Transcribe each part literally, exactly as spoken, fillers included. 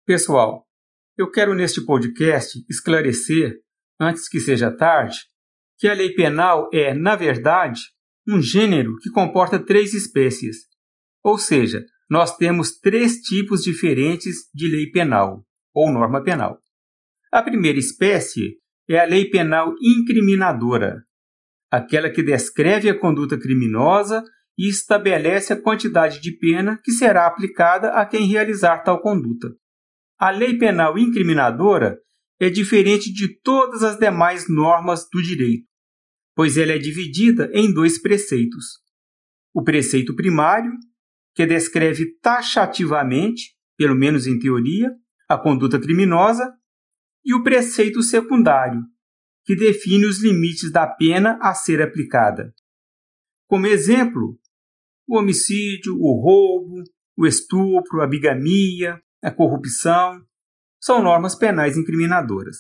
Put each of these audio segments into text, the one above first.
Pessoal, eu quero neste podcast esclarecer, antes que seja tarde, que a lei penal é, na verdade, um gênero que comporta três espécies. Ou seja, nós temos três tipos diferentes de lei penal, ou norma penal. A primeira espécie é a lei penal incriminadora, aquela que descreve a conduta criminosa e estabelece a quantidade de pena que será aplicada a quem realizar tal conduta. A lei penal incriminadora é diferente de todas as demais normas do direito, pois ela é dividida em dois preceitos. O preceito primário, que descreve taxativamente, pelo menos em teoria, a conduta criminosa, e o preceito secundário, que define os limites da pena a ser aplicada. Como exemplo, o homicídio, o roubo, o estupro, a bigamia, a corrupção, são normas penais incriminadoras.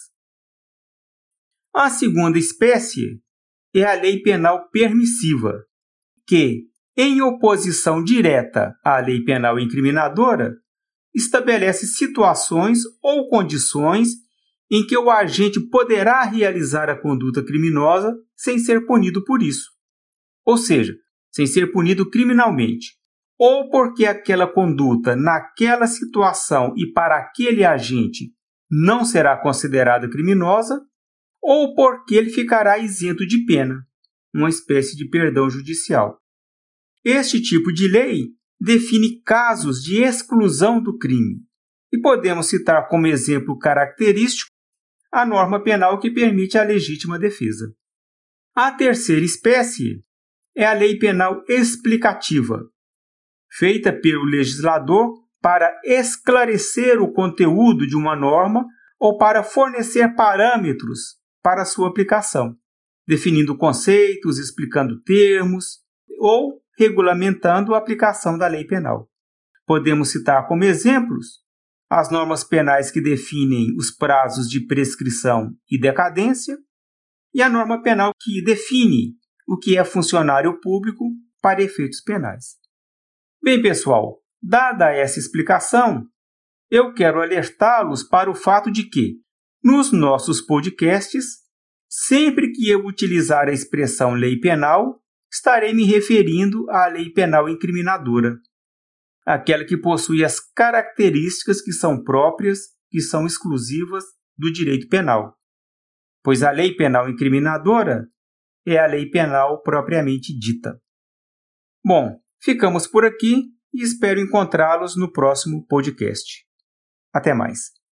A segunda espécie é a lei penal permissiva, que, em oposição direta à lei penal incriminadora, estabelece situações ou condições em que o agente poderá realizar a conduta criminosa sem ser punido por isso. Ou seja, sem ser punido criminalmente, ou porque aquela conduta, naquela situação e para aquele agente, não será considerada criminosa, ou porque ele ficará isento de pena, uma espécie de perdão judicial. Este tipo de lei define casos de exclusão do crime, e podemos citar como exemplo característico a norma penal que permite a legítima defesa. A terceira espécie é a lei penal explicativa, feita pelo legislador para esclarecer o conteúdo de uma norma ou para fornecer parâmetros para sua aplicação, definindo conceitos, explicando termos ou regulamentando a aplicação da lei penal. Podemos citar como exemplos as normas penais que definem os prazos de prescrição e decadência e a norma penal que define o que é funcionário público para efeitos penais. Bem, pessoal, dada essa explicação, eu quero alertá-los para o fato de que, nos nossos podcasts, sempre que eu utilizar a expressão lei penal, estarei me referindo à lei penal incriminadora, aquela que possui as características que são próprias, que são exclusivas do direito penal, pois a lei penal incriminadora é a lei penal propriamente dita. Bom, ficamos por aqui e espero encontrá-los no próximo podcast. Até mais.